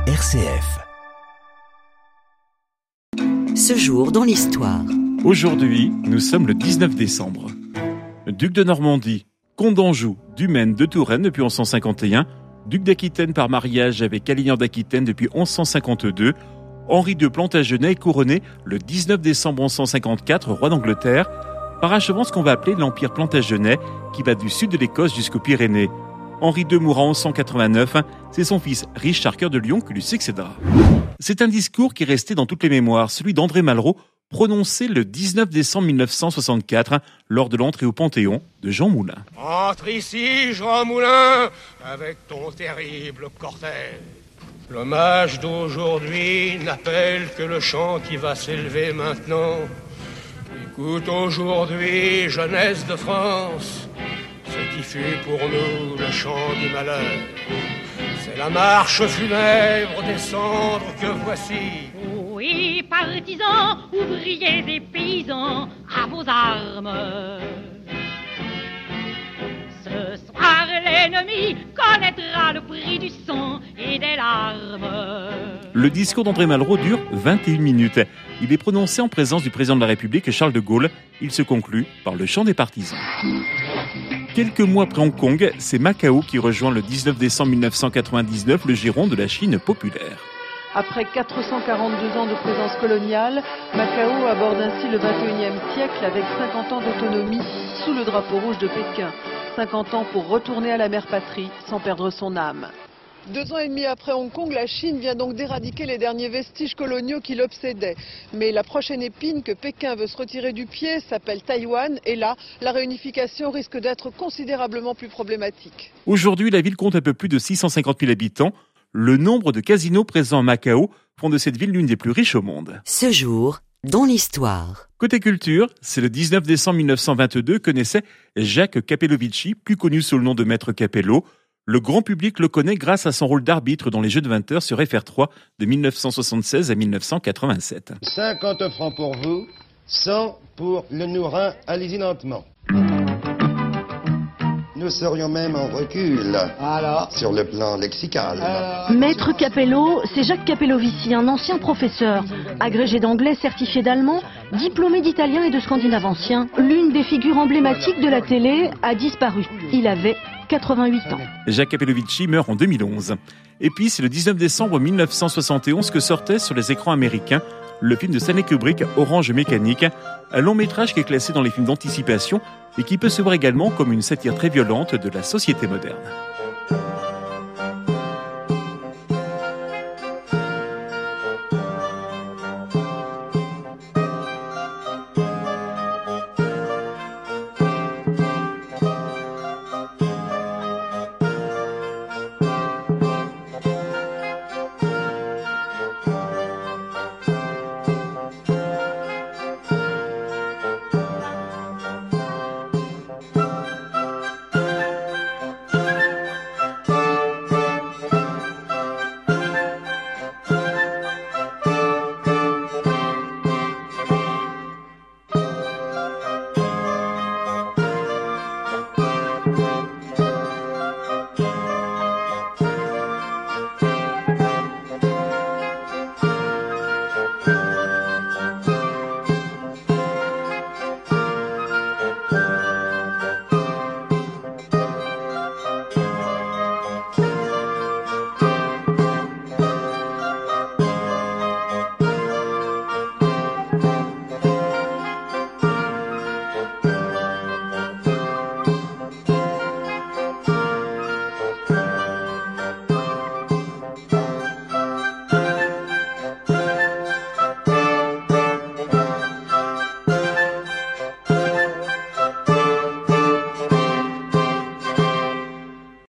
RCF. Ce jour dans l'histoire. Aujourd'hui, nous sommes le 19 décembre. Duc de Normandie, comte d'Anjou, du Maine, de Touraine depuis 1151, duc d'Aquitaine par mariage avec Calignan d'Aquitaine depuis 1152, Henri de Plantagenet est couronné le 19 décembre 1154, roi d'Angleterre, parachevant ce qu'on va appeler l'Empire Plantagenet, qui va du sud de l'Écosse jusqu'aux Pyrénées. Henri II mourra en 1189, c'est son fils Richard Cœur de Lion qui lui succédera. C'est un discours qui est resté dans toutes les mémoires, celui d'André Malraux, prononcé le 19 décembre 1964 lors de l'entrée au Panthéon de Jean Moulin. Entre ici, Jean Moulin, avec ton terrible cortège. L'hommage d'aujourd'hui n'appelle que le chant qui va s'élever maintenant. Écoute aujourd'hui, jeunesse de France, ce qui fut pour nous le chant du malheur. C'est la marche funèbre des cendres que voici. Oui, partisans, ouvriers et paysans, à vos armes. Ce soir, l'ennemi connaîtra le prix du sang et des larmes. Le discours d'André Malraux dure 21 minutes. Il est prononcé en présence du président de la République, Charles de Gaulle. Il se conclut par le chant des partisans. Quelques mois après Hong Kong, c'est Macao qui rejoint le 19 décembre 1999 le giron de la Chine populaire. Après 442 ans de présence coloniale, Macao aborde ainsi le 21e siècle avec 50 ans d'autonomie sous le drapeau rouge de Pékin. 50 ans pour retourner à la mère patrie sans perdre son âme. 2 ans et demi après Hong Kong, la Chine vient donc d'éradiquer les derniers vestiges coloniaux qui l'obsédaient. Mais la prochaine épine que Pékin veut se retirer du pied s'appelle Taïwan. Et là, la réunification risque d'être considérablement plus problématique. Aujourd'hui, la ville compte un peu plus de 650 000 habitants. Le nombre de casinos présents à Macao font de cette ville l'une des plus riches au monde. Ce jour dans l'histoire. Côté culture, c'est le 19 décembre 1922 que naissait Jacques Capellovici, plus connu sous le nom de Maître Capello. Le grand public le connaît grâce à son rôle d'arbitre dans les Jeux de 20 heures sur FR3 de 1976 à 1987. 50 francs pour vous, 100 pour le Nourin, allez-y lentement. Nous serions même en recul sur le plan lexical. Maître Capello, c'est Jacques Capellovici, un ancien professeur, agrégé d'anglais, certifié d'allemand, diplômé d'italien et de scandinave ancien. L'une des figures emblématiques de la télé a disparu. Il avait 88 ans. Jacques Capellovici meurt en 2011. Et puis c'est le 19 décembre 1971 que sortait sur les écrans américains le film de Stanley Kubrick, Orange Mécanique, un long métrage qui est classé dans les films d'anticipation et qui peut se voir également comme une satire très violente de la société moderne.